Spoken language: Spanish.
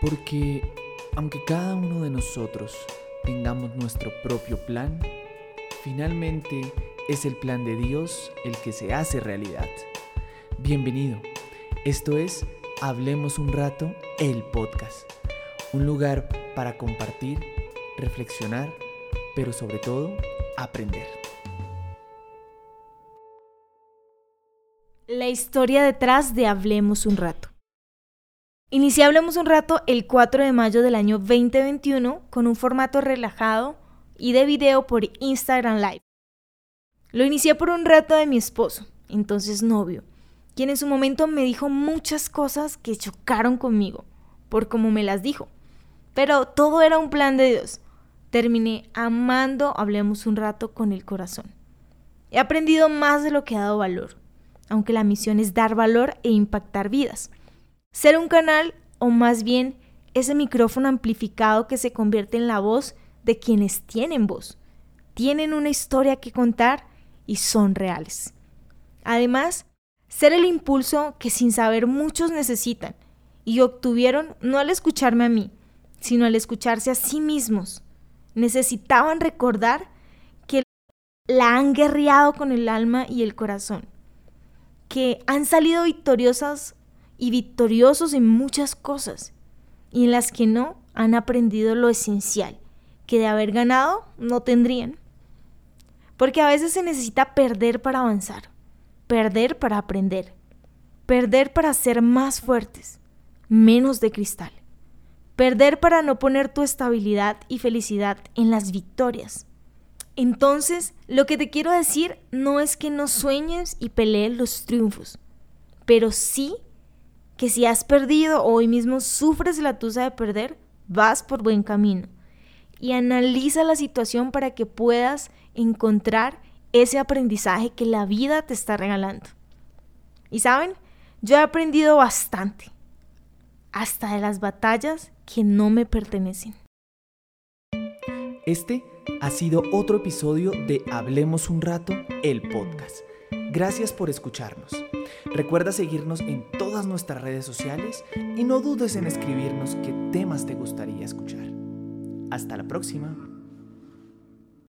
Porque aunque cada uno de nosotros tengamos nuestro propio plan, finalmente es el plan de Dios el que se hace realidad. Bienvenido, esto es Hablemos un rato, el podcast. Un lugar para compartir, reflexionar, pero sobre todo, aprender. La historia detrás de Hablemos un rato. Inicié Hablemos un rato el 4 de mayo del año 2021 con un formato relajado y de video por Instagram Live. Lo inicié por un reto de mi esposo, entonces novio, quien en su momento me dijo muchas cosas que chocaron conmigo, por cómo me las dijo. Pero todo era un plan de Dios. Terminé amando Hablemos un rato con el corazón. He aprendido más de lo que he dado valor, aunque la misión es dar valor e impactar vidas. Ser un canal, o más bien ese micrófono amplificado que se convierte en la voz de quienes tienen voz. Tienen una historia que contar y son reales. Además, ser el impulso que sin saber muchos necesitan y obtuvieron no al escucharme a mí, sino al escucharse a sí mismos. Necesitaban recordar que la han guerreado con el alma y el corazón, que han salido victoriosas y victoriosos en muchas cosas y en las que no han aprendido lo esencial, que de haber ganado no tendrían. Porque a veces se necesita perder para avanzar, perder para aprender, perder para ser más fuertes, menos de cristal, perder para no poner tu estabilidad y felicidad en las victorias. Entonces, lo que te quiero decir no es que no sueñes y pelees los triunfos, pero sí que si has perdido o hoy mismo sufres la tusa de perder, vas por buen camino. Y analiza la situación para que puedas encontrar ese aprendizaje que la vida te está regalando. Y ¿saben? Yo he aprendido bastante, hasta de las batallas que no me pertenecen. Este ha sido otro episodio de Hablemos un rato, el podcast. Gracias por escucharnos. Recuerda seguirnos en todas nuestras redes sociales y no dudes en escribirnos qué temas te gustaría escuchar. Hasta la próxima.